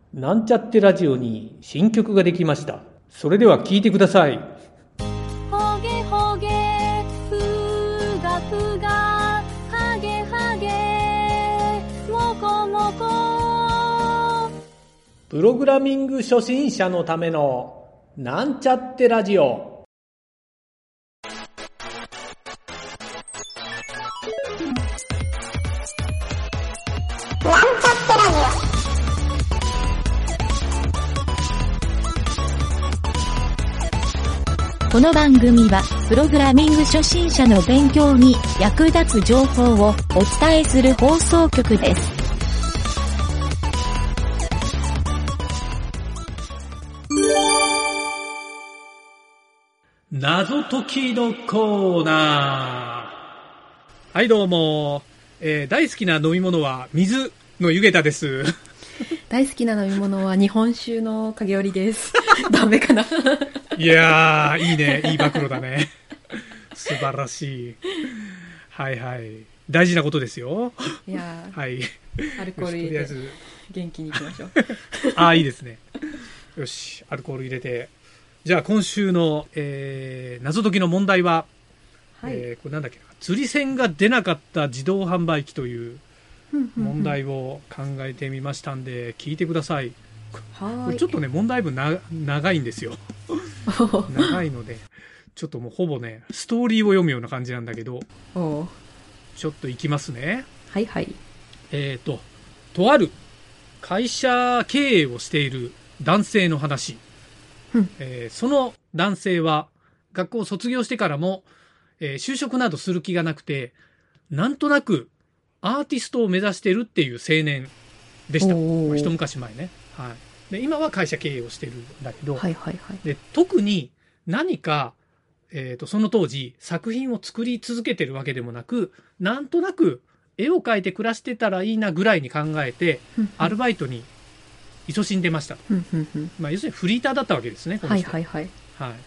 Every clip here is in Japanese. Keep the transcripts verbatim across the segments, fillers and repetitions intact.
なんちゃってラジオに新曲ができました。それでは聴いてください。 ほげほげふがふがはげはげもこもこ。 プログラミング初心者のためのなんちゃってラジオ。 この番組はプログラミング初心者の勉強に役立つ情報をお伝えする放送局です。 謎解きのコーナー。はい、どうも、えー、大好きな飲み物は水のゆげたです。 大好きな飲み物は日本酒の影織です。ダメかな。 いやー、いいね、いい暴露だね。素晴らしい。はいはい、大事なことですよ。 いやー、 はい、 アルコール入れて元気にいきましょう。 ああ、いいですね。よし、アルコール入れて。じゃあ今週の、えー、謎解きの問題は、はい、えー、これなんだっけな、釣り線が出なかった自動販売機という問題を考えてみましたんで聞いてください。これちょっとね、問題文な長いんですよ。長いのでちょっともうほぼねストーリーを読むような感じなんだけど、 おちょっといきますね。 はいはい。 えーととある会社経営をしている男性の話、えー、その男性は学校を卒業してからも、えー、就職などする気がなくて、なんとなくアーティストを目指してるっていう青年でした。まあ、一昔前ね、はい、で今は会社経営をしてるんだけど、 はいはいはい、 で特に何か、えーと、その当時作品を作り続けてるわけでもなく、なんとなく絵を描いて暮らしてたらいいなぐらいに考えてアルバイトに勤しんでました。まあ、要するにフリーターだったわけですね、この人。はいはいはい、はい、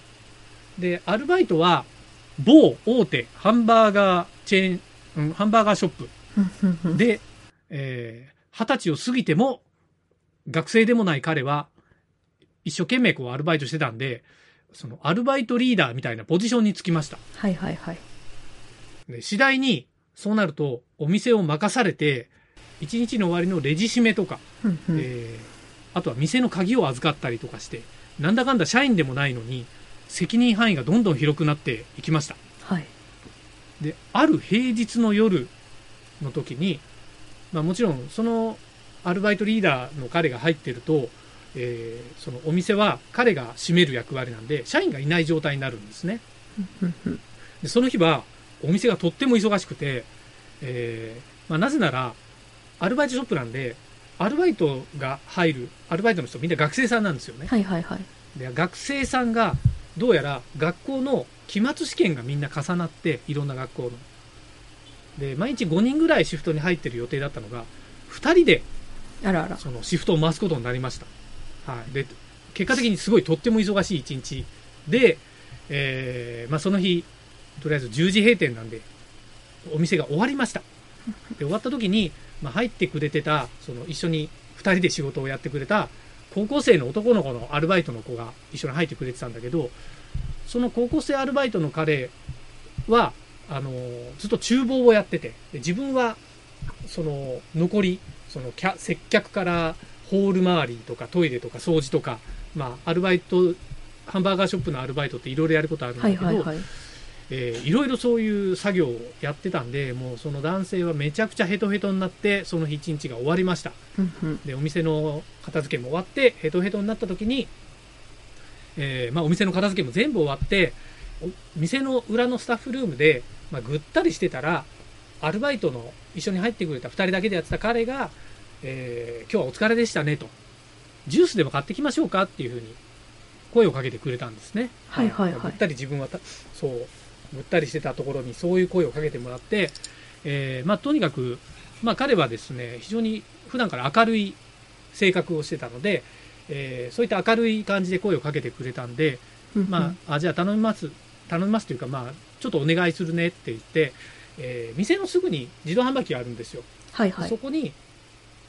でアルバイトは某大手ハンバーガーチェーン、うん、ハンバーガーショップで、えー、はたちを過ぎても学生でもない彼は一生懸命こうアルバイトしてたんで、そのアルバイトリーダーみたいなポジションにつきました。 はいはいはい。 で次第にそうなるとお店を任されて一日の終わりのレジ締めとか、えー、あとは店の鍵を預かったりとかして、なんだかんだ社員でもないのに責任範囲がどんどん広くなっていきました。 はい、 である平日の夜の時に、まあ、もちろんそのアルバイトリーダーの彼が入ってると、えー、そのお店は彼が占める役割なんで社員がいない状態になるんですね。でその日はお店がとっても忙しくて、えーまあ、なぜならアルバイトショップなんでアルバイトが入るアルバイトの人みんな学生さんなんですよね。 はいはいはい、 で学生さんがどうやら学校の期末試験がみんな重なって、いろんな学校ので毎日ごにんぐらいシフトに入ってる予定だったのがふたりであらあらそのシフトを回すことになりました。はい、で結果的にすごいとっても忙しい一日で、えーまあ、その日とりあえずじゅうじ閉店なんでお店が終わりました。で終わった時に、まあ、入ってくれてたその一緒にふたりで仕事をやってくれた高校生の男の子のアルバイトの子が一緒に入ってくれてたんだけど、その高校生アルバイトの彼はあのずっと厨房をやってて、で自分はその残りそのキャ接客からホール周りとかトイレとか掃除とか、まあ、アルバイトハンバーガーショップのアルバイトっていろいろやることあるんだけど、はいはいはい、えー、いろいろそういう作業をやってたんで、もうその男性はめちゃくちゃヘトヘトになってその日一日が終わりました。でお店の片付けも終わってヘトヘトになった時に、えーまあ、お店の片付けも全部終わって店の裏のスタッフルームで、まあ、ぐったりしてたらアルバイトの一緒に入ってくれたふたりだけでやってた彼が、えー、今日はお疲れでしたねと、ジュースでも買ってきましょうかっていうふうに声をかけてくれたんですね。 はいはいはい、 ぐったり自分はそうぐったりしてたところにそういう声をかけてもらって、えーまあ、とにかく、まあ、彼はですね非常に普段から明るい性格をしてたので、えー、そういった明るい感じで声をかけてくれたんで、まあ、あじゃあ頼みます頼みますというか、まあ、ちょっとお願いするねって言って、えー、店のすぐに自動販売機があるんですよ。 はいはい、 そこに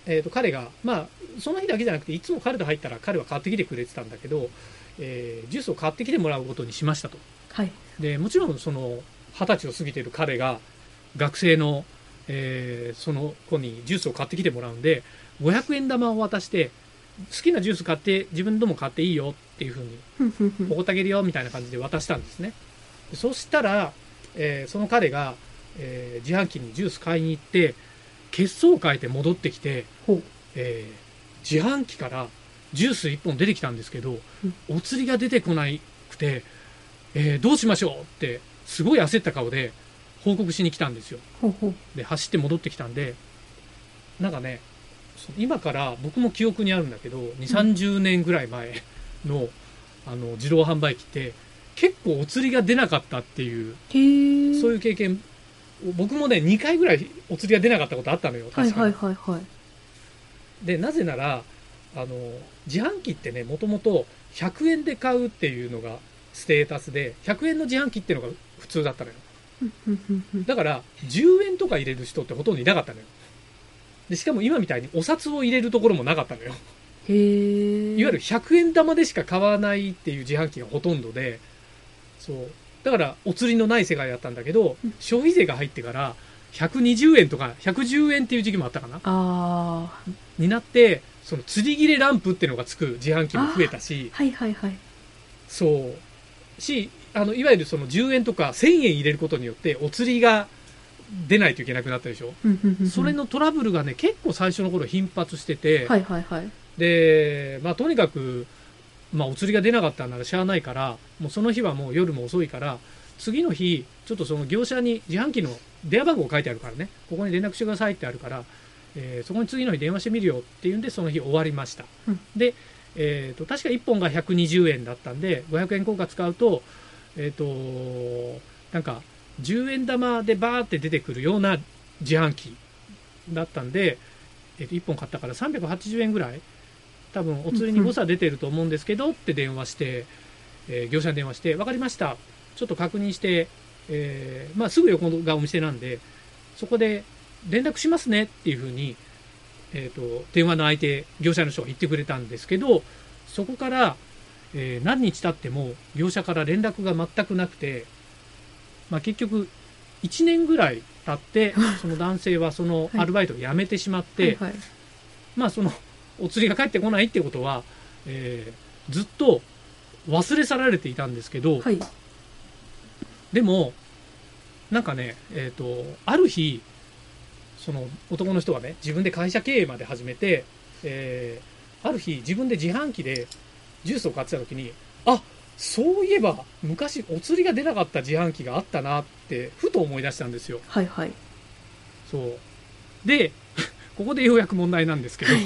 えー、と彼が、まあ、その日だけじゃなくていつも彼と入ったら彼は買ってきてくれてたんだけど、えージュースを買ってきてもらうことにしましたと。 はい。 でもちろんそのはたちを過ぎている彼が学生の、えーその子にジュースを買ってきてもらうんでごひゃくえん玉を渡して好きなジュース買って自分でも買っていいよっていうふうにふんふんふんおごってあげるよみたいな感じで渡したんですね。でそしたら、えーその彼が、えー自販機にジュース買いに行って血相を変えて戻ってきて、 ほう。 えー自販機からジュースいっぽん出てきたんですけど、 うんお釣りが出てこなくて、えーどうしましょうってすごい焦った顔で報告しに来たんですよ。 ほうほう。 で走って戻ってきたんで、なんかね、その今から僕も記憶にあるんだけどにじゅうさんじゅうねんぐらい前の、あの自動販売機って結構お釣りが出なかったっていうへー。 そういう経験、僕もねにかいぐらいお釣りが出なかったことあったのよ、 はい確かに。 はいはいはい。 でなぜならあの自販機ってねもともとひゃくえんで買うっていうのがステータスでひゃくえんの自販機っていうのが普通だったのよ。 ふんふんふんふん。 だからじゅうえんとか入れる人ってほとんどいなかったのよ。でしかも今みたいにお札を入れるところもなかったのよ。 へー。 いわゆるひゃくえん玉でしか買わないっていう自販機がほとんどで、そうだからお釣りのない世界だったんだけど、 うん消費税が入ってからひゃくにじゅうえんとかひゃくじゅうえんっていう時期もあったかなあー。 になって、その釣り切れランプっていうのがつく自販機も増えたし、 はいはいはい。 そうし、あのいわゆるそのじゅうえんとかせんえん入れることによってお釣りが出ないといけなくなったでしょ。 ふんふんふんふん。 それのトラブルがね結構最初の頃頻発してて、 はいはいはい。 で、まあ、とにかく、まあ、お釣りが出なかったならしゃあないから、もうその日はもう夜も遅いから次の日ちょっとその業者に自販機の電話番号書いてあるからね、ここに連絡してくださいってあるから、えーそこに次の日電話してみるよっていうんでその日終わりました。 うんで、えーと確かいっぽんがひゃくにじゅうえんだったんでごひゃくえん硬貨使うと、えーとなんかじゅうえん玉でバーって出てくるような自販機だったんで、えーといっぽん買ったからさんびゃくはちじゅうえんぐらい多分お釣りに誤差出てると思うんですけどって電話して、えー業者に電話して分かりましたちょっと確認して、えーまあ、すぐ横がお店なんでそこで連絡しますねっていうふうに、えーと電話の相手業者の人が言ってくれたんですけど、そこから、えー何日経っても業者から連絡が全くなくて、まあ、結局いちねんぐらい経ってその男性はそのアルバイトを辞めてしまって、 はいはい。 まあそのお釣りが返ってこないってことは、えーずっと忘れ去られていたんですけど、 はい。 でもなんかね、えー、とある日その男の人がね自分で会社経営まで始めて、えーある日自分で自販機でジュースを買ってた時に、あ、そういえば昔お釣りが出なかった自販機があったなってふと思い出したんですよ。 はいはい。 そうでここでようやく問題なんですけど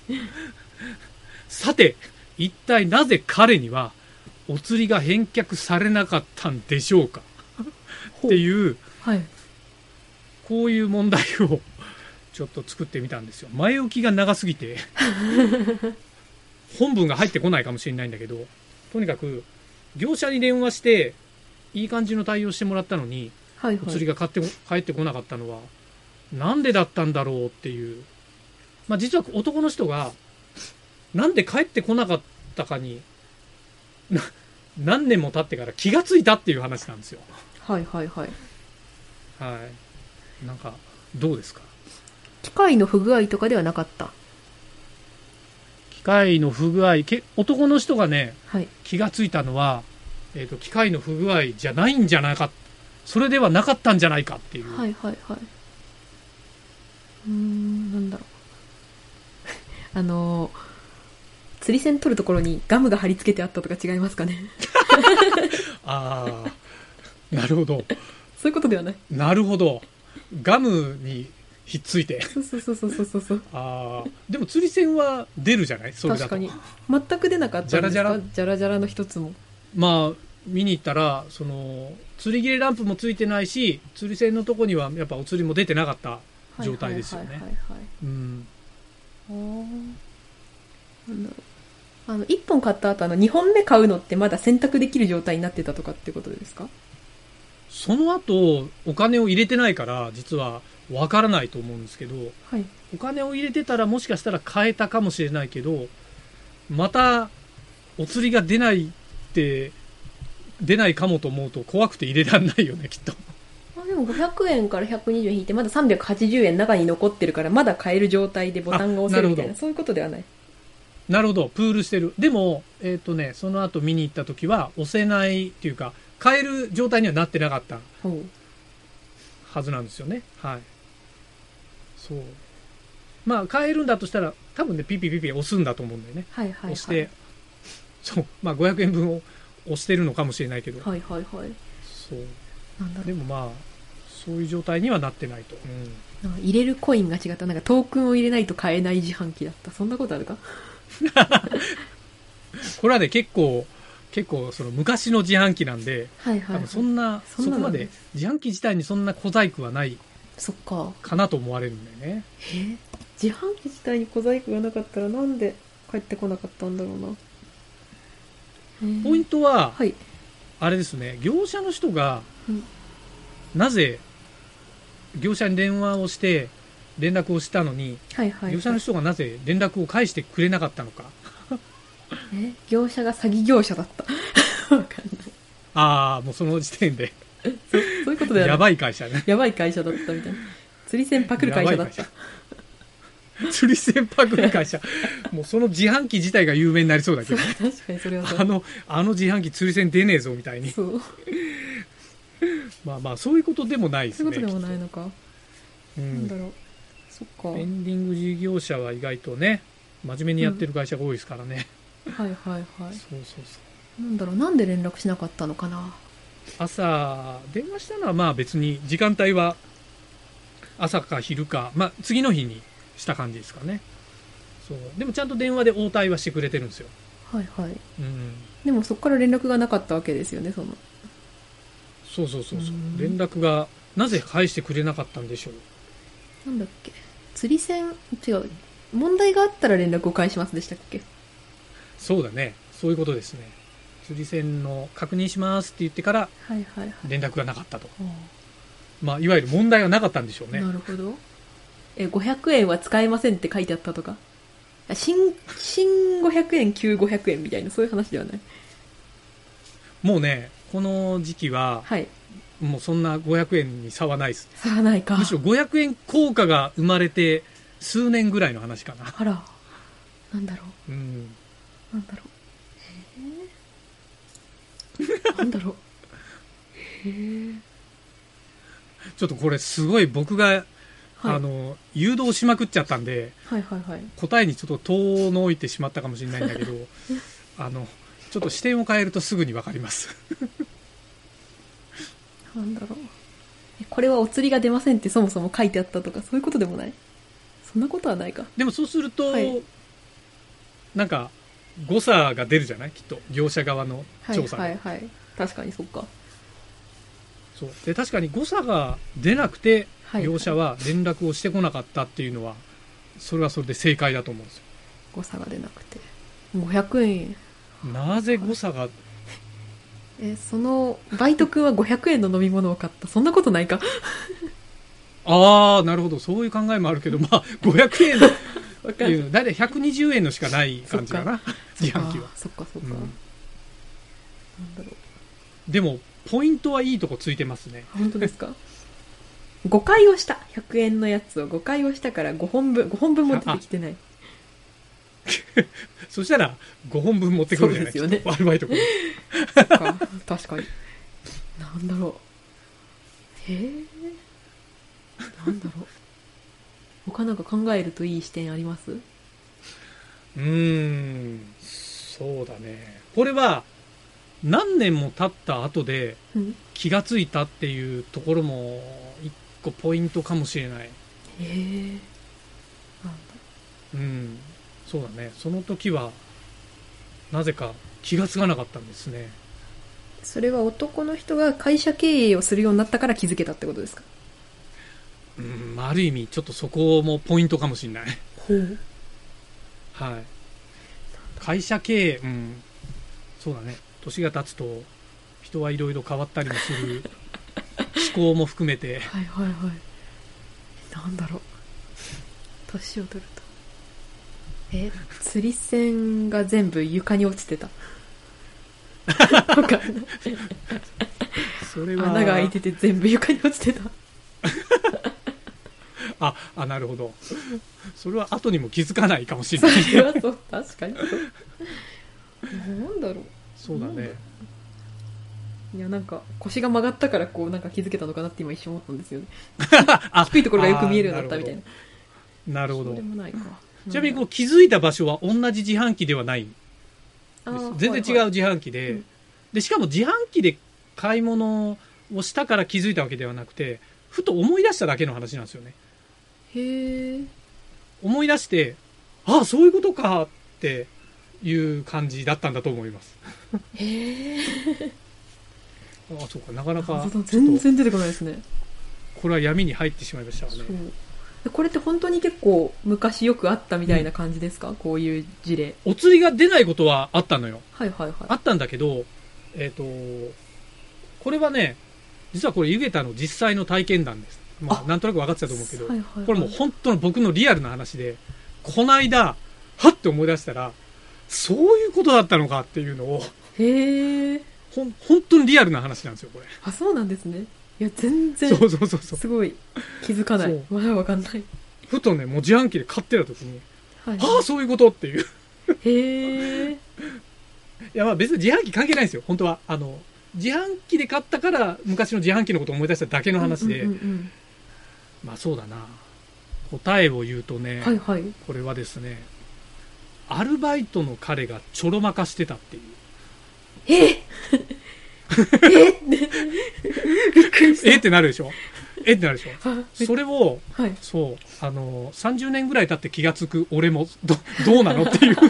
さて一体なぜ彼にはお釣りが返却されなかったんでしょうかっていうはい。 こういう問題をちょっと作ってみたんですよ。前置きが長すぎて本文が入ってこないかもしれないんだけど、とにかく業者に電話していい感じの対応してもらったのにはいはい。 お釣りが返って返ってこなかったのはなんでだったんだろうっていう、まあ、実は男の人がなんで帰ってこなかったかにな何年も経ってから気がついたっていう話なんですよ。 はいはいはい。 はい、なんかどうですか。 機械の不具合とかではなかった。 機械の不具合け男の人がねはい。 気がついたのは、えーと機械の不具合じゃないんじゃないか、それではなかったんじゃないかっていう、 はいはいはい。うーん、なんだろう。あのー、釣り線取るところにガムが貼り付けてあったとか違いますかね。 ああなるほどそういうことではない。 なるほど、ガムにひっついてそうそうそうそうそうそう。 ああでも釣り線は出るじゃない、それだと。 確かに全く出なかったんですか。 ジャラジャラジャラジャラの一つも。 まあ見に行ったらその釣り切れランプもついてないし釣り線のとこにはやっぱお釣りも出てなかった状態ですよね。 はいはいはいはい。 うんあーなんだろう。あのいっぽん買った後あのにほんめ買うのってまだ選択できる状態になってたとかってことですか。 その後お金を入れてないから実はわからないと思うんですけど、 はい。 お金を入れてたらもしかしたら買えたかもしれないけど、またお釣りが出ないって出ないかもと思うと怖くて入れらんないよね、きっと。 あでもごひゃくえんからひゃくにじゅうえん引いてまださんびゃくはちじゅうえん中に残ってるからまだ買える状態でボタンが押せるみたい な, なそういうことではない。 なるほど、プールしてる。でも、えっ、とね、その後見に行った時は押せないっていうか買える状態にはなってなかったはずなんですよね。はい。そう。まあ買えるんだとしたら多分ねピピピピ押すんだと思うんだよね。 はいはいはい。 押して、そうまあごひゃくえんぶんを押してるのかもしれないけど。 はいはいはい。 そう。 なんだろう。 でもまあそういう状態にはなってないと。うん。 なんか入れるコインが違った。なんかトークンを入れないと買えない自販機だった。そんなことあるか？ これはね結構結構その昔の自販機なんで、 はいはい、はい、 多分そんなそこまで自販機自体にそんな小細工はないそっかかなと思われるんだよね。 え自販機自体に小細工がなかったらなんで帰ってこなかったんだろうな。 ポイントは、 はい、 あれですね、業者の人が、 うん、 なぜ業者に電話をして連絡をしたのに、 はいはいはい、 業者の人がなぜ連絡を返してくれなかったのか。 え業者が詐欺業者だったわかんない。 ああもうその時点でそ, そういうことだよね。 やばい会社ね。 やばい会社だったみたいな。釣り銭パクる会社だった。 釣り銭パクる会社もうその自販機自体が有名になりそうだけど、ね、 確かにそれはそう。 あのあの自販機釣り銭出ねえぞみたいに。 そうまあまあそういうことでもないですね。 そういうことでもないのか、うん、なんだろう。そっか。 エンディング事業者は意外とね真面目にやってる会社が多いですからね、 うん、はいはいはい。そうそうそうなんだろう、なんで連絡しなかったのかな。 朝電話したのはまあ別に時間帯は朝か昼か、まあ、次の日にした感じですかね。そうでもちゃんと電話で応対はしてくれてるんですよ。 はいはい、 うん、 でもそこから連絡がなかったわけですよね。そのそうそうそうそう、連絡がなぜ返してくれなかったんでしょう。 なんだっけ、釣り銭違う、問題があったら連絡を返しますでしたっけ。 そうだね、そういうことですね。釣り銭の確認しますって言ってから連絡がなかったと、はいはいはい、まあいわゆる問題はなかったんでしょうね。 なるほど。えごひゃくえんは使えませんって書いてあったとか、新新ごひゃくえん旧ごひゃくえんみたいなそういう話ではない。 もうねこの時期は、はい、もうそんなごひゃくえんに差はないです。 差はないか。 むしろごひゃくえん硬貨が生まれて数年ぐらいの話かな。 あら、なんだろう、うん、なんだろう、えー、なんだろうへーちょっとこれすごい僕が、はい、あの誘導しまくっちゃったんで、 はいはいはい、 答えにちょっと遠のいてしまったかもしれないんだけどあのちょっと視点を変えるとすぐに分かりますなんだろう、これはお釣りが出ませんってそもそも書いてあったとかそういうことでもない。そんなことはないか。 でもそうすると、はい、なんか誤差が出るじゃない、きっと業者側の調査が。 はいはいはい、確かにそっか。 そうで確かに誤差が出なくて業者は連絡をしてこなかったっていうのはそれはそれで正解だと思うんですよ。 誤差が出なくてごひゃくえん、 なぜ誤差がえそのバイト君はごひゃくえんの飲み物を買った。そんなことないかああなるほど、そういう考えもあるけど、まあごひゃくえんっていうのだいたいひゃくにじゅうえんのしかない感じかな自販機は。 そっかそっか、うん、なんだろう。でもポイントはいいとこついてますね。 本当ですかごかいをしたひゃくえんのやつをごかいをしたからごほんぶんごほんぶんも出てきてないそしたらごほんぶん持ってくるじゃないですか、ね、アルバイト君か確かに。なんだろう、へえなんだろう、他なんか考えるといい視点あります？ うーんそうだね、これは何年も経った後で気がついたっていうところも一個ポイントかもしれない。へえ、なんだ、うん、そうだね、その時はなぜか気がつかなかったんですね。 それは男の人が会社経営をするようになったから気づけたってことですか？ うん、ある意味ちょっとそこもポイントかもしれない。ほう、はい、会社経営、うん、そうだね、年が経つと人はいろいろ変わったりもする思考も含めてはいはいはい、なんだろう、 年を取ると。え、釣り線が全部床に落ちてた。わかんない。 それは穴が開いてて全部床に落ちてた。 ああ、なるほど。それは後にも気づかないかもしれない。 それはそう、確かにそう。なんだろう。 そうだね。 いや、なんか腰が曲がったからこうなんか気づけたのかなって今一瞬思ったんですよね。 あ、 低いところがよく見えるようになったみたいな。 なるほど。 そうでもないか。 ちなみにこの気づいた場所は同じ自販機ではないです。全然違う自販機で、はいはい、でしかも自販機で買い物をしたから気づいたわけではなくて、ふと思い出しただけの話なんですよね。 へえ。 思い出して、ああそういうことかっていう感じだったんだと思います。 へえ。 ああそうか、なかなか全然出てこないですね。 これは闇に入ってしまいましたね。 これって本当に結構昔よくあったみたいな感じですか、うん、こういう事例。 お釣りが出ないことはあったのよ。 はいはいはい。 あったんだけど、えっと、これはね、実はこれ湯桁の実際の体験談です。まあ、なんとなく分かってたと思うけど、はいはいはい、これもう本当の僕のリアルな話で、この間、はって思い出したら、そういうことだったのかっていうのを、 へー。 ほん、本当にリアルな話なんですよ、これ。 あ、そうなんですね。いや、全然、 そうそうそうそう。 すごい気づかない。まだ分かんない。 ふとね、もう自販機で買ってた時に、 はい、 ああ、そういうことっていう。 へー。 いや、まあ別に自販機関係ないんですよ、本当は。あの、自販機で買ったから昔の自販機のことを思い出しただけの話で、うんうんうんうん、まあそうだな、答えを言うとね、 はいはい、 これはですね、アルバイトの彼がちょろまかしてたっていう。 えええってなるでしょ。えってなるでしょ。それを、はい、そう、あのさんじゅうねんぐらい経って気がつく俺も ど, どうなのっていう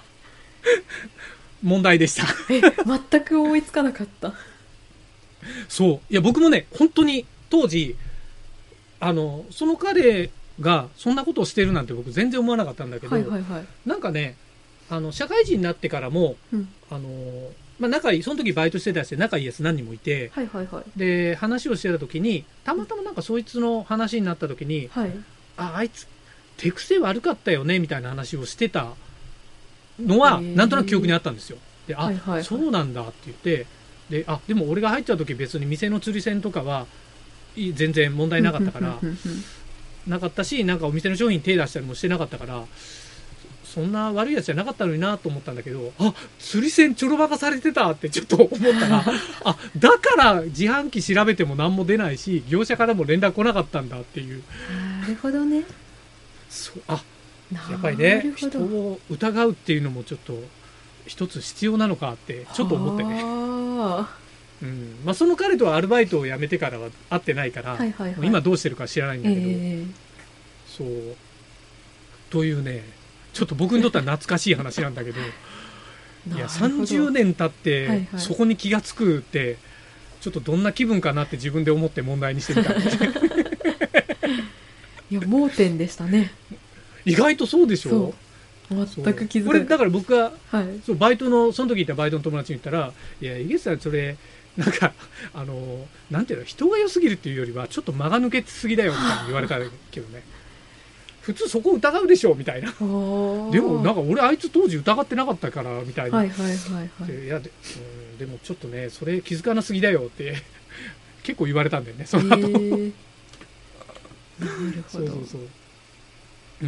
問題でした。 え、全く思いつかなかった。 そう、いや僕もね、本当に当時あのその彼がそんなことをしてるなんて僕全然思わなかったんだけど、はいはいはい、なんかね、あの社会人になってからも、うん、あのまあ、仲いい、その時バイトしてたやつで仲いいやつ何人もいて、 はいはいはい、 で話をしてた時にたまたまなんかそいつの話になった時に、はい、ああいつ手癖悪かったよねみたいな話をしてたのはなんとなく記憶にあったんですよ。で、あ、はいはいはい、そうなんだって言って、で、あ、でも俺が入った時別に店の釣り銭とかは全然問題なかったからなかったし、なんかお店の商品手出したりもしてなかったから、そんな悪いやつじゃなかったのになと思ったんだけど、あ、釣り銭ちょろばかされてたってちょっと思ったらあ、だから自販機調べても何も出ないし業者からも連絡来なかったんだっていう。 なるほどね。 そう、あ、やっぱりね、人を疑うっていうのもちょっと一つ必要なのかってちょっと思ってね。あ、うん、まあ、その彼とはアルバイトを辞めてからは会ってないから、はいはいはい、今どうしてるか知らないんだけど、えー、そうというね、ちょっと僕にとっては懐かしい話なんだけどいやさんじゅうねん経って、はいはい、そこに気がつくってちょっとどんな気分かなって自分で思って問題にしてみたんでいや盲点でしたね。 意外とそうでしょ。 全く気づかない。 これだから僕が、はい、そうバイトのその時いたバイトの友達に言ったら、いや井口さんそれなんかあのなんていうの、人が良すぎるっていうよりはちょっと間が抜けすぎだよみたいに言われたけどね普通そこ疑うでしょみたいな。でもなんか俺あいつ当時疑ってなかったからみたいな。はいはいはいはい。いや で, うんでもちょっとねそれ気づかなすぎだよって結構言われたんだよねその後。なるほど。そうそうそう。うん。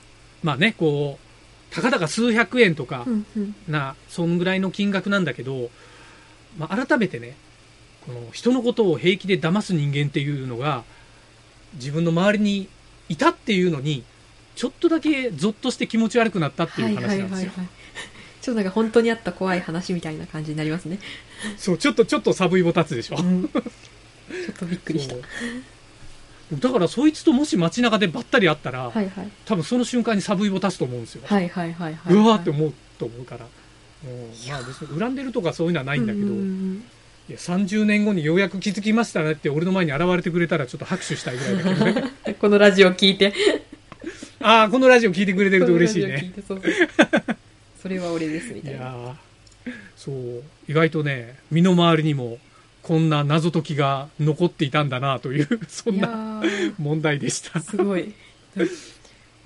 まあね、こうたかだか数百円とかな、うんうん、そんぐらいの金額なんだけど、まあ、改めてねこの人のことを平気で騙す人間っていうのが自分の周りにいたっていうのにちょっとだけゾッとして気持ち悪くなったっていう話なんですよ。はいはいはいはい、 ちょっとなんか本当にあった怖い話みたいな感じになりますね。 そうちょっとちょっとサブイボ立つでしょ、うん、ちょっとびっくりした。 だからそいつともし街中でばったり会ったら、はいはい、多分その瞬間にサブイボ立つと思うんですよ。 はいはいはいはい、 うわーって思うと思うから、うん、まあ別に恨んでるとかそういうのはないんだけど、うんうんうん、いやさんじゅうねんごにようやく気づきましたねって俺の前に現れてくれたらちょっと拍手したいぐらいだけどねこのラジオ聞いてああこのラジオ聞いてくれてると嬉しいね。 そうそうそれは俺ですみたいな。いやそう意外とね身の回りにもこんな謎解きが残っていたんだなというそんな問題でした。 すごい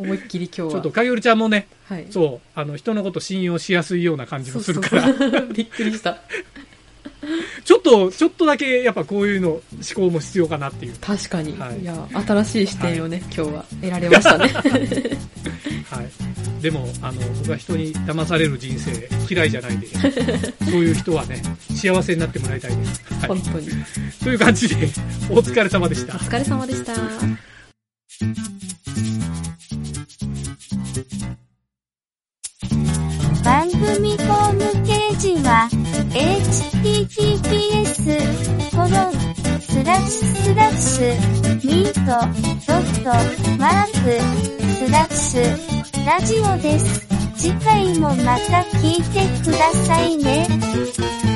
思いっきり今日は。 ちょっと影織ちゃんもね、 はい。 そうあの人のこと信用しやすいような感じもするからそうそうそうびっくりした。 ちょっとちょっとだけやっぱこういうの思考も必要かなっていう。 確かに、 はい、 いや新しい視点をね、はい、今日は得られましたね。 はい。でもあの僕は人に騙される人生嫌いじゃないんで、そういう人はね幸せになってもらいたいです。はい、 本当に。 という感じでお疲れ様でした。 お疲れ様でした。 番組ホームページは エイチティーティーピーエス コロンスラッシュスラッシュミートドットマークスラッシュラジオです。次回もまた聞いてくださいね。